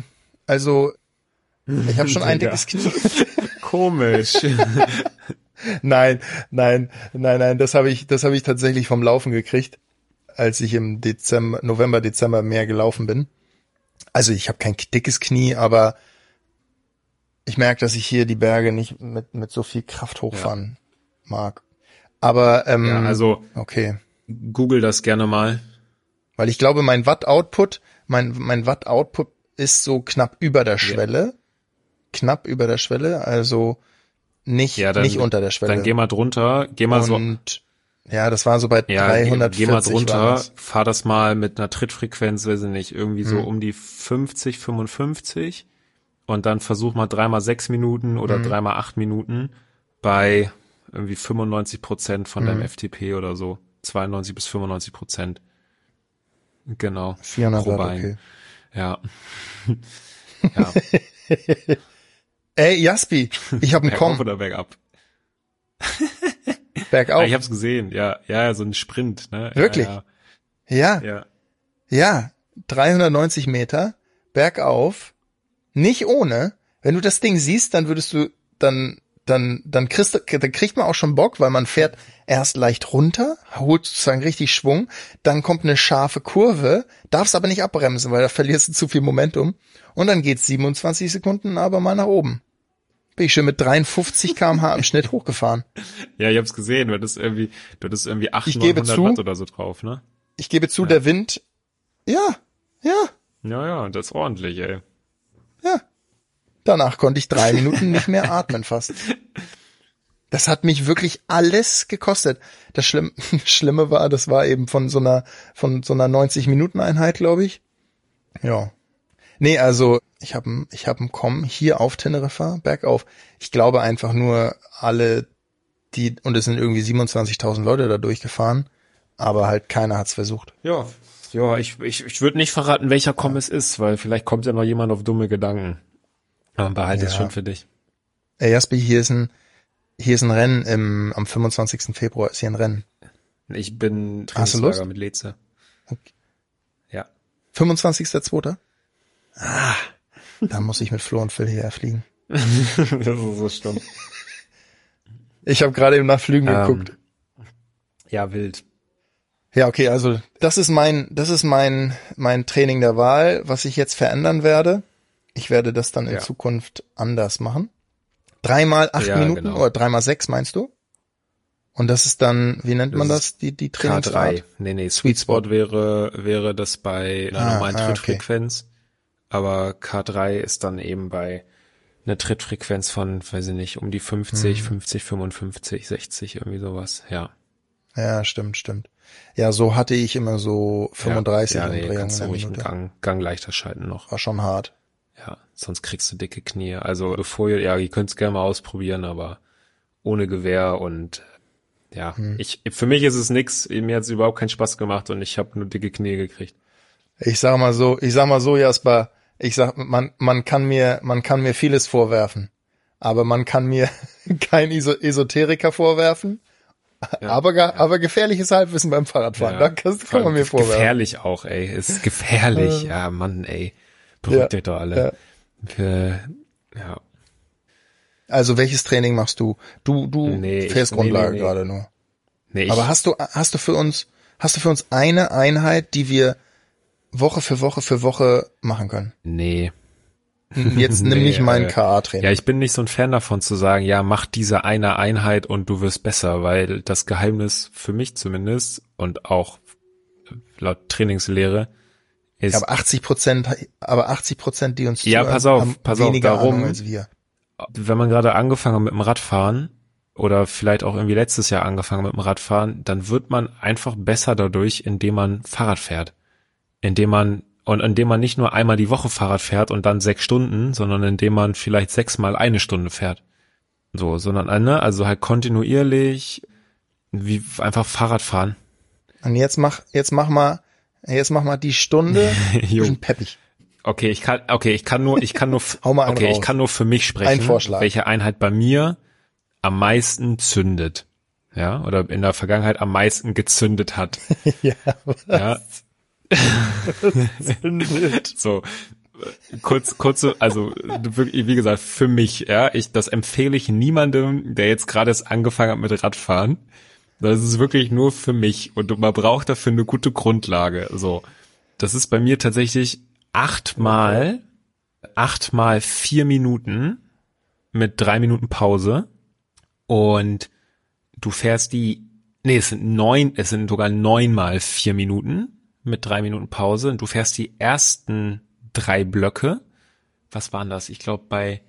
ich habe schon ein dickes Knie. Komisch. Nein, das habe ich tatsächlich vom Laufen gekriegt, als ich im November, Dezember mehr gelaufen bin. Also ich habe kein dickes Knie, aber ich merke, dass ich hier die Berge nicht mit so viel Kraft hochfahren mag. Aber ja, also okay. Google das gerne mal. Weil ich glaube, mein Watt-Output ist so knapp über der Schwelle. Knapp über der Schwelle, also nicht unter der Schwelle. Dann geh mal drunter, ja, das war so bei 340. Geh mal drunter, fahr das mal mit einer Trittfrequenz, weiß ich nicht, irgendwie so um die 50, 55 und dann versuch mal 3x6 Minuten oder 3x8 Minuten bei irgendwie 95% von deinem FTP oder so. 92 bis 95%. Genau. 400 Watt, okay. Ja. Ja. Ey, Jaspi, ich hab einen Bergauf oder bergab? Bergauf. Ich hab's gesehen, ja, so ein Sprint, ne? Wirklich? Ja, 390 Meter, bergauf, nicht ohne. Wenn du das Ding siehst, dann würdest du, dann kriegt man auch schon Bock, weil man fährt erst leicht runter, holt sozusagen richtig Schwung, dann kommt eine scharfe Kurve, darfst aber nicht abbremsen, weil da verlierst du zu viel Momentum, und dann geht's 27 Sekunden aber mal nach oben. Bin ich schon mit 53 km/h im Schnitt hochgefahren. Ja, ich hab's gesehen, du hattest irgendwie 800 Watt oder so drauf, ne? Ich gebe zu, der Wind, ja. Ja, das ist ordentlich, ey. Ja. Danach konnte ich 3 Minuten nicht mehr atmen fast. Das hat mich wirklich alles gekostet. Das Schlimme war, das war eben von so einer 90-Minuten-Einheit, glaube ich. Ja. Nee, also ich hab einen Komm hier auf Teneriffa bergauf. Ich glaube einfach nur und es sind irgendwie 27.000 Leute da durchgefahren, aber halt keiner hat's versucht. Ja, ich würde nicht verraten, welcher Komm es ist, weil vielleicht kommt ja noch jemand auf dumme Gedanken. Aber behalte es schon für dich. Ey, Jasper, hier ist ein Rennen am 25. Februar ist hier ein Rennen. Ich bin Trainingslager mit Leze. Okay. Ja. 25.2. Da muss ich mit Flo und Phil hierher fliegen. Das ist so stumm. Ich habe gerade eben nach Flügen geguckt. Ja, wild. Ja, okay, also das ist mein Training der Wahl, was ich jetzt verändern werde. Ich werde das dann in Zukunft anders machen. 3x8 Minuten genau. oder 3x6 meinst du? Und das ist dann, wie nennt man das? Die Trainingsart? K3. Nee, Sweet Spot wäre das bei einer normalen Trittfrequenz. Okay. Aber K3 ist dann eben bei einer Trittfrequenz von, weiß ich nicht, um die 50, 55, 60, irgendwie sowas, ja. Ja, stimmt. Ja, so hatte ich immer so 35 Umdrehungen. Ja, kannst du ruhig einen Gang leichter schalten noch. War schon hart. Ja, sonst kriegst du dicke Knie. Also ihr könnt es gerne mal ausprobieren, aber ohne Gewehr und für mich ist es nix. Mir hat es überhaupt keinen Spaß gemacht und ich habe nur dicke Knie gekriegt. Ich sag mal so, Jasper, man kann mir vieles vorwerfen, aber man kann mir kein Esoteriker vorwerfen Ja. Aber gefährliches Halbwissen beim Fahrradfahren. Da kann man mir vorwerfen. Gefährlich auch, ey. Ist gefährlich. Ja, Mann, ey. Beruhigt euch doch alle. Ja. Also welches Training machst du? Du fährst Grundlage gerade nur. Nee, aber hast du für uns eine Einheit, die wir Woche für Woche machen können? Nee. Jetzt nimm nicht mein KA-Training. Ja, ich bin nicht so ein Fan davon zu sagen, ja, mach diese eine Einheit und du wirst besser, weil das Geheimnis für mich zumindest und auch laut Trainingslehre ist. Ja, aber 80%, die uns ja, zuhören, pass haben auf, weniger darum, Ahnung als wir. Wenn man gerade angefangen hat mit dem Radfahren oder vielleicht auch irgendwie letztes Jahr angefangen mit dem Radfahren, dann wird man einfach besser dadurch, indem man Fahrrad fährt. Indem man nicht nur einmal die Woche Fahrrad fährt und dann 6 Stunden, sondern indem man vielleicht 6 mal 1 Stunde fährt. So, sondern also halt kontinuierlich, wie einfach Fahrrad fahren. Und jetzt mach mal die Stunde zwischen peppig. Okay, ich kann nur Hau mal einen raus. ich kann nur für mich sprechen, Ein Vorschlag. welche Einheit bei mir am meisten zündet. Ja, oder in der Vergangenheit am meisten gezündet hat. Ja. So, kurze, also wirklich, wie gesagt, für mich, ja, das empfehle ich niemandem, der jetzt gerade erst angefangen hat mit Radfahren. Das ist wirklich nur für mich und man braucht dafür eine gute Grundlage. So, das ist bei mir tatsächlich 8 mal 4 Minuten mit 3 Minuten Pause und du fährst es sind sogar 9 mal 4 Minuten mit 3 Minuten Pause und du fährst die ersten 3 Blöcke. Was waren das? Ich glaube bei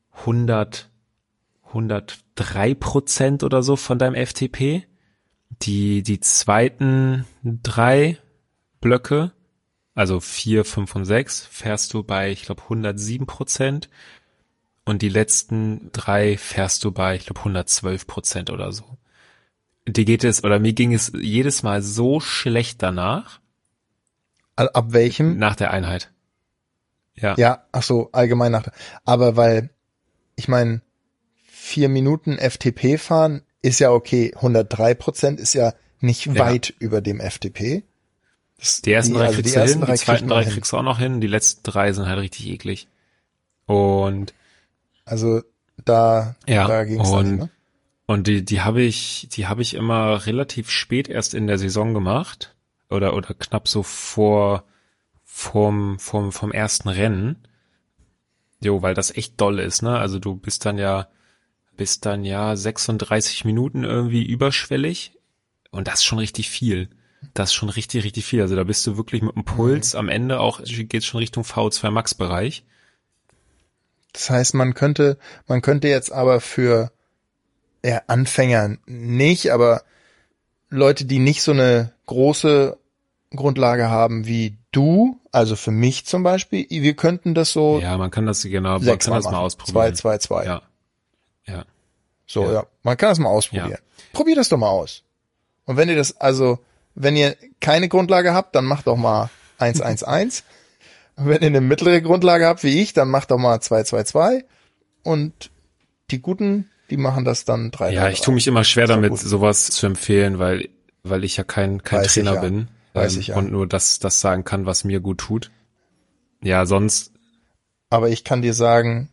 103% oder so von deinem FTP. Die zweiten 3 Blöcke, also 4, 5 und 6, fährst du bei, ich glaube, 107% und die letzten 3 fährst du bei, ich glaube, 112% oder so. Mir ging es jedes Mal so schlecht danach. Ab welchem? Nach der Einheit. Ja. Ja, ach so, allgemein aber weil, ich meine, 4 Minuten FTP fahren ist ja okay, 103% ist ja nicht weit über dem FTP. Die ersten 3 kriegst du hin, die zweiten 3 kriegst du auch noch hin, die letzten 3 sind halt richtig eklig. Und also da ging's dann, ne? Und die habe ich immer relativ spät erst in der Saison gemacht oder knapp so vom ersten Rennen. Jo, weil das echt doll ist, ne? Also du bist dann ja 36 Minuten irgendwie überschwellig und das ist schon richtig viel. Das ist schon richtig, richtig viel. Also da bist du wirklich mit dem Puls am Ende auch, geht's schon Richtung VO2 Max Bereich. Das heißt, man könnte jetzt aber für Anfänger nicht, aber Leute, die nicht so eine große Grundlage haben wie du, also für mich zum Beispiel, wir könnten das so. Ja, man kann das mal ausprobieren. 2, 2, 2. Ja. So, ja. Man kann das mal ausprobieren. Ja. Probier das doch mal aus. Und wenn ihr keine Grundlage habt, dann macht doch mal 1, 1, 1. Und wenn ihr eine mittlere Grundlage habt wie ich, dann macht doch mal 2, 2, 2. Und die Guten, die machen das dann 3. Ja, ich tue mich immer schwer damit, sowas zu empfehlen, weil ich ja kein Trainer bin. Und nur das sagen kann, was mir gut tut. Ja, sonst. Aber ich kann dir sagen,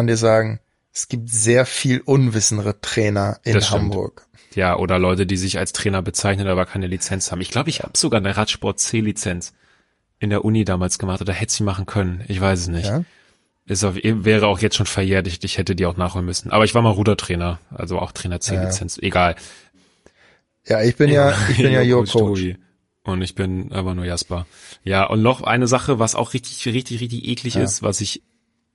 es gibt sehr viel unwissendere Trainer in Hamburg. Ja, oder Leute, die sich als Trainer bezeichnen, aber keine Lizenz haben. Ich glaube, ich habe sogar eine Radsport C-Lizenz in der Uni damals gemacht oder hätte sie machen können. Ich weiß es nicht. Ja? Wäre auch jetzt schon verjährt. Ich hätte die auch nachholen müssen. Aber ich war mal Rudertrainer, also auch Trainer C-Lizenz. Ja. Egal. Ja, ich bin ja your Coach. Und ich bin aber nur Jasper. Ja, und noch eine Sache, was auch richtig, richtig, richtig eklig ist, was ich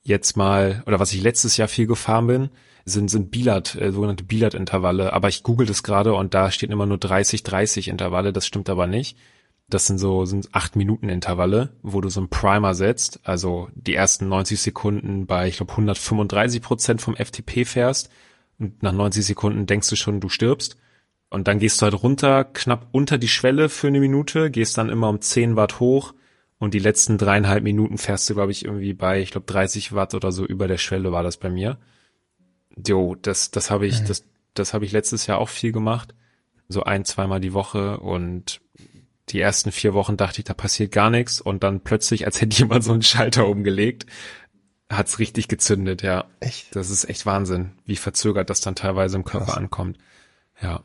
letztes Jahr viel gefahren bin, sind sogenannte Bilard-Intervalle. Aber ich google das gerade und da stehen immer nur 30 Intervalle. Das stimmt aber nicht. Das sind 8-Minuten-Intervalle, wo du so einen Primer setzt. Also die ersten 90 Sekunden bei, ich glaube, 135% vom FTP fährst. Und nach 90 Sekunden denkst du schon, du stirbst. Und dann gehst du halt runter, knapp unter die Schwelle für eine Minute, gehst dann immer um 10 Watt hoch und die letzten 3,5 Minuten fährst du, glaube ich, irgendwie bei, ich glaube, 30 Watt oder so über der Schwelle war das bei mir. Jo, das habe ich letztes Jahr auch viel gemacht. so 1-2 Mal die Woche und die ersten 4 Wochen dachte ich, da passiert gar nichts und dann plötzlich, als hätte jemand so einen Schalter umgelegt, hat's richtig gezündet, ja. Echt? Das ist echt Wahnsinn, wie verzögert das dann teilweise im Körper Krass. ankommt. Ja.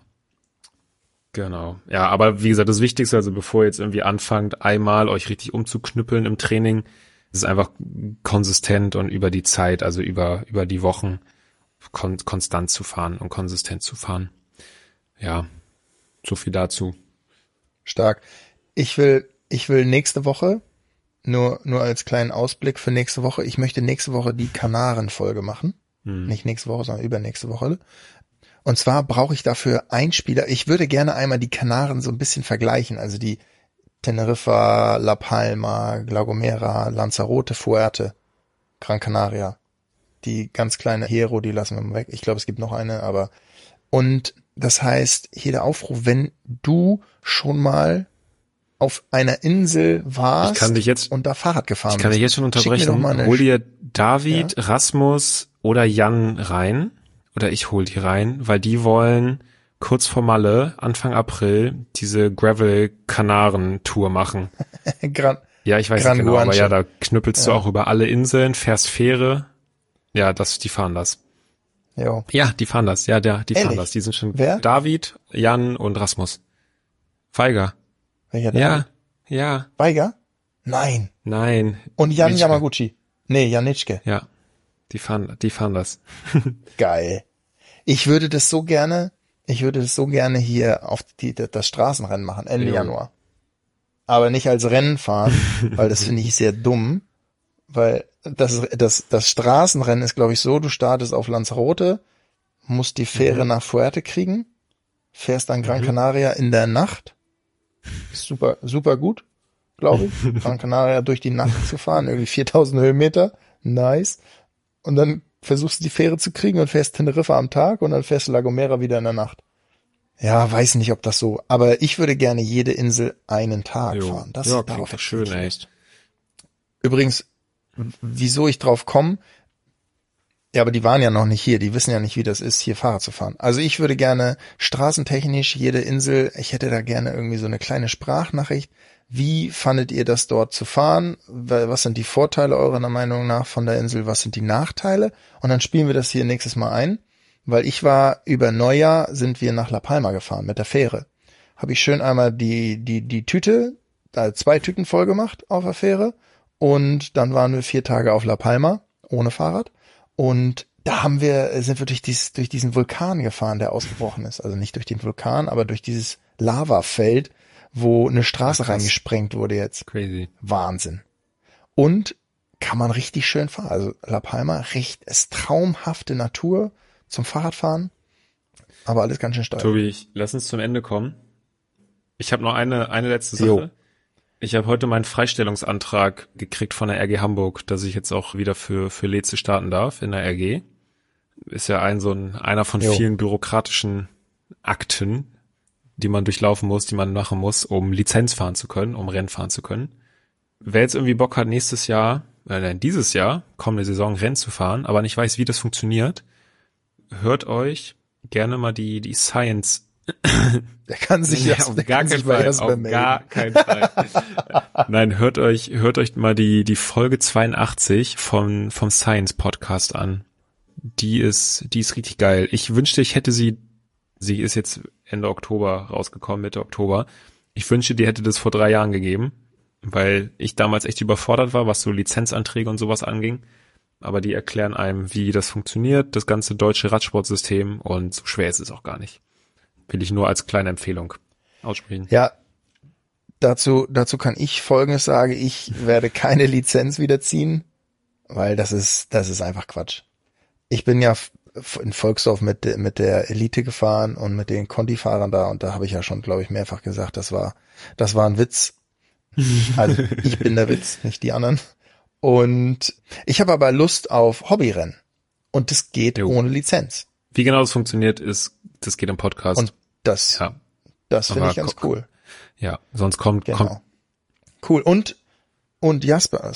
Genau. Ja, aber wie gesagt, das Wichtigste, also bevor ihr jetzt irgendwie anfangt, einmal euch richtig umzuknüppeln im Training, ist einfach konsistent und über die Zeit, also über die Wochen konstant zu fahren und konsistent zu fahren. Ja, so viel dazu. Stark. Ich will nächste Woche, nur als kleinen Ausblick für nächste Woche, ich möchte nächste Woche die Kanaren-Folge machen. Nicht nächste Woche, sondern übernächste Woche. Und zwar brauche ich dafür Einspieler. Ich würde gerne einmal die Kanaren so ein bisschen vergleichen, also die Teneriffa, La Palma, La Gomera, Lanzarote, Fuerte, Gran Canaria. Die ganz kleine Hero, die lassen wir mal weg. Ich glaube, es gibt noch eine, aber und das heißt, hier der Aufruf, wenn du schon mal auf einer Insel warst und da Fahrrad gefahren bist. Ich kann dich jetzt schon unterbrechen. Hol dir David, ja? Rasmus oder Jan rein. Oder ich hol die rein, weil die wollen kurz vor Malle, Anfang April, diese Gravel-Kanaren-Tour machen. Ja, ich weiß nicht genau, aber ja, da knüppelst du auch über alle Inseln, fährst Fähre. Ja, die fahren das. Jo. Ja, die fahren das. Ja, die fahren das. Die sind schon. Wer? David, Jan und Rasmus. Weiger. Welcher David? Ja. Weiger? Nein. Und Jan Nitschke. Yamaguchi. Nee, Jan Nitschke. Ja. Die fahren das. Geil. Ich würde das so gerne hier auf das Straßenrennen machen, Ende Januar. Aber nicht als Rennen fahren, weil das finde ich sehr dumm, weil das Straßenrennen ist, glaube ich, so, du startest auf Lanzarote, musst die Fähre nach Fuerte kriegen, fährst dann Gran Canaria in der Nacht. Super, super gut, glaube ich. Gran Canaria durch die Nacht zu fahren, irgendwie 4000 Höhenmeter. Nice. Und dann versuchst du die Fähre zu kriegen und fährst Teneriffa am Tag und dann fährst du La Gomera wieder in der Nacht. Ja, weiß nicht, ob das so, aber ich würde gerne jede Insel einen Tag fahren. Das klingt doch schön, echt. Übrigens, wieso ich drauf komme, ja, aber die waren ja noch nicht hier, die wissen ja nicht, wie das ist, hier Fahrrad zu fahren. Also ich würde gerne straßentechnisch jede Insel, ich hätte da gerne irgendwie so eine kleine Sprachnachricht. Wie fandet ihr das dort zu fahren? Was sind die Vorteile eurer Meinung nach von der Insel? Was sind die Nachteile? Und dann spielen wir das hier nächstes Mal ein, weil über Neujahr sind wir nach La Palma gefahren mit der Fähre. Habe ich schön einmal die Tüte, 2 Tüten voll gemacht auf der Fähre und dann waren wir 4 Tage auf La Palma ohne Fahrrad und da sind wir durch diesen Vulkan gefahren, der ausgebrochen ist. Also nicht durch den Vulkan, aber durch dieses Lavafeld, wo eine Straße reingesprengt wurde jetzt. Crazy. Wahnsinn. Und kann man richtig schön fahren. Also La Palma, ist traumhafte Natur zum Fahrradfahren, aber alles ganz schön steil. Tobi, lass uns zum Ende kommen. Ich habe noch eine letzte Sache. Jo. Ich habe heute meinen Freistellungsantrag gekriegt von der RG Hamburg, dass ich jetzt auch wieder für Leze starten darf in der RG. Ist ja einer von vielen bürokratischen Akten, die man durchlaufen muss, die man machen muss, um Lizenz fahren zu können, um Rennen fahren zu können. Wer jetzt irgendwie Bock hat, dieses Jahr, kommende Saison Rennen zu fahren, aber nicht weiß, wie das funktioniert, hört euch gerne mal die Science. Der kann sich jetzt auf gar keinen Fall. Nein, hört euch mal die Folge 82 vom Science Podcast an. Die ist richtig geil. Ich wünschte, ich hätte sie ist jetzt Ende Oktober rausgekommen, Mitte Oktober. Ich wünschte, die hätte das vor 3 Jahren gegeben, weil ich damals echt überfordert war, was so Lizenzanträge und sowas anging. Aber die erklären einem, wie das funktioniert, das ganze deutsche Radsportsystem, und so schwer ist es auch gar nicht. Will ich nur als kleine Empfehlung aussprechen. Ja, dazu kann ich Folgendes sagen. Ich werde keine Lizenz wiederziehen, weil das ist einfach Quatsch. Ich bin ja in Volksdorf mit der Elite gefahren und mit den Conti-Fahrern da, und da habe ich ja schon, glaube ich, mehrfach gesagt, das war ein Witz. Also ich bin der Witz, nicht die anderen. Und ich habe aber Lust auf Hobbyrennen. Und das geht ohne Lizenz. Wie genau das funktioniert, das geht im Podcast. Und das finde ich ganz cool. Ja, sonst kommt. Cool. Und Jasper,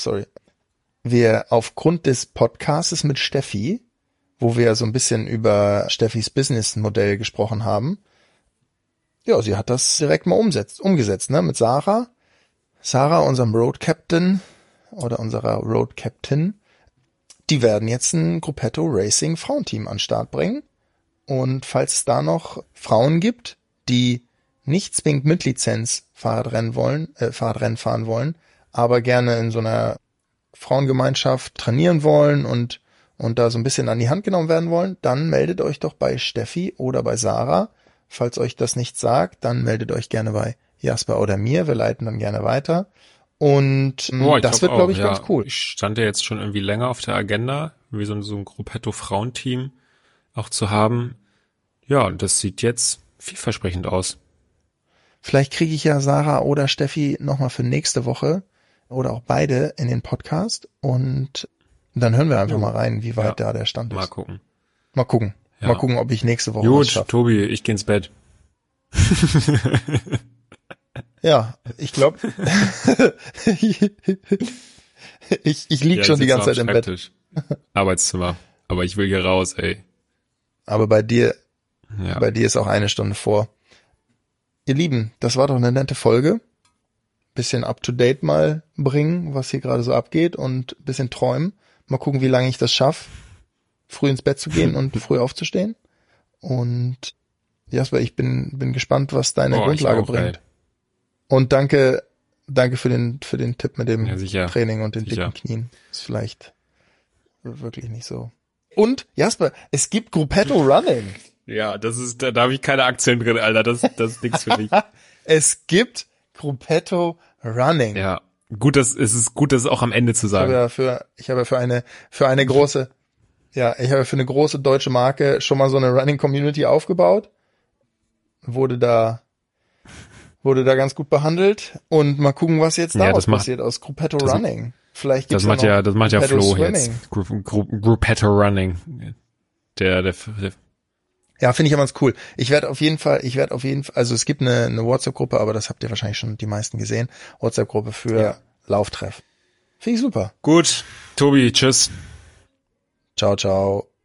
wir aufgrund des Podcasts mit Steffi, wo wir so ein bisschen über Steffis Businessmodell gesprochen haben, ja, sie hat das direkt mal umgesetzt, ne, mit Sarah. Sarah, unserem Road Captain oder unserer Road Captain, die werden jetzt ein Gruppetto Racing Frauenteam an den Start bringen. Und falls es da noch Frauen gibt, die nicht zwingend mit Lizenz Fahrradrennen fahren wollen, aber gerne in so einer Frauengemeinschaft trainieren wollen und da so ein bisschen an die Hand genommen werden wollen, dann meldet euch doch bei Steffi oder bei Sarah. Falls euch das nicht sagt, dann meldet euch gerne bei Jasper oder mir. Wir leiten dann gerne weiter. Und das wird, glaube ich, ganz cool. Ich stand ja jetzt schon irgendwie länger auf der Agenda, wie so ein Gruppetto Frauenteam auch zu haben. Ja, das sieht jetzt vielversprechend aus. Vielleicht kriege ich ja Sarah oder Steffi nochmal für nächste Woche oder auch beide in den Podcast und dann hören wir einfach mal rein, wie weit da der Stand ist. Mal gucken. Ja. Mal gucken, ob ich nächste Woche was schaffe. Gut, Tobi, ich geh ins Bett. Ja, ich glaube, ich lieg schon die ganze Zeit im Bett. Arbeitszimmer. Aber ich will hier raus, ey. Aber bei dir ist auch 1 Stunde vor. Ihr Lieben, das war doch eine nette Folge. Bisschen up-to-date mal bringen, was hier gerade so abgeht und bisschen träumen. Mal gucken, wie lange ich das schaffe, früh ins Bett zu gehen und früh aufzustehen. Und Jasper, ich bin gespannt, was deine Grundlage bringt. Ey. Und danke für den Tipp mit dem Training und den dicken Knien. Ist vielleicht wirklich nicht so. Und Jasper, es gibt Gruppetto Running. Ja, da habe ich keine Aktien drin, Alter. Das ist nichts für mich. Es gibt Gruppetto Running. Ja, es ist gut, das auch am Ende zu sagen. Ich habe für eine große deutsche Marke schon mal so eine Running Community aufgebaut. Wurde da ganz gut behandelt und mal gucken, was jetzt daraus passiert aus Gruppetto Running. Vielleicht gibt's das macht ja Flo Swimming. jetzt. Gruppetto Running. Der Ja, finde ich aber ganz cool. Ich werde auf jeden Fall, also es gibt eine WhatsApp-Gruppe, aber das habt ihr wahrscheinlich schon die meisten gesehen. WhatsApp-Gruppe für Lauftreff. Finde ich super. Gut, Tobi, tschüss. Ciao, ciao.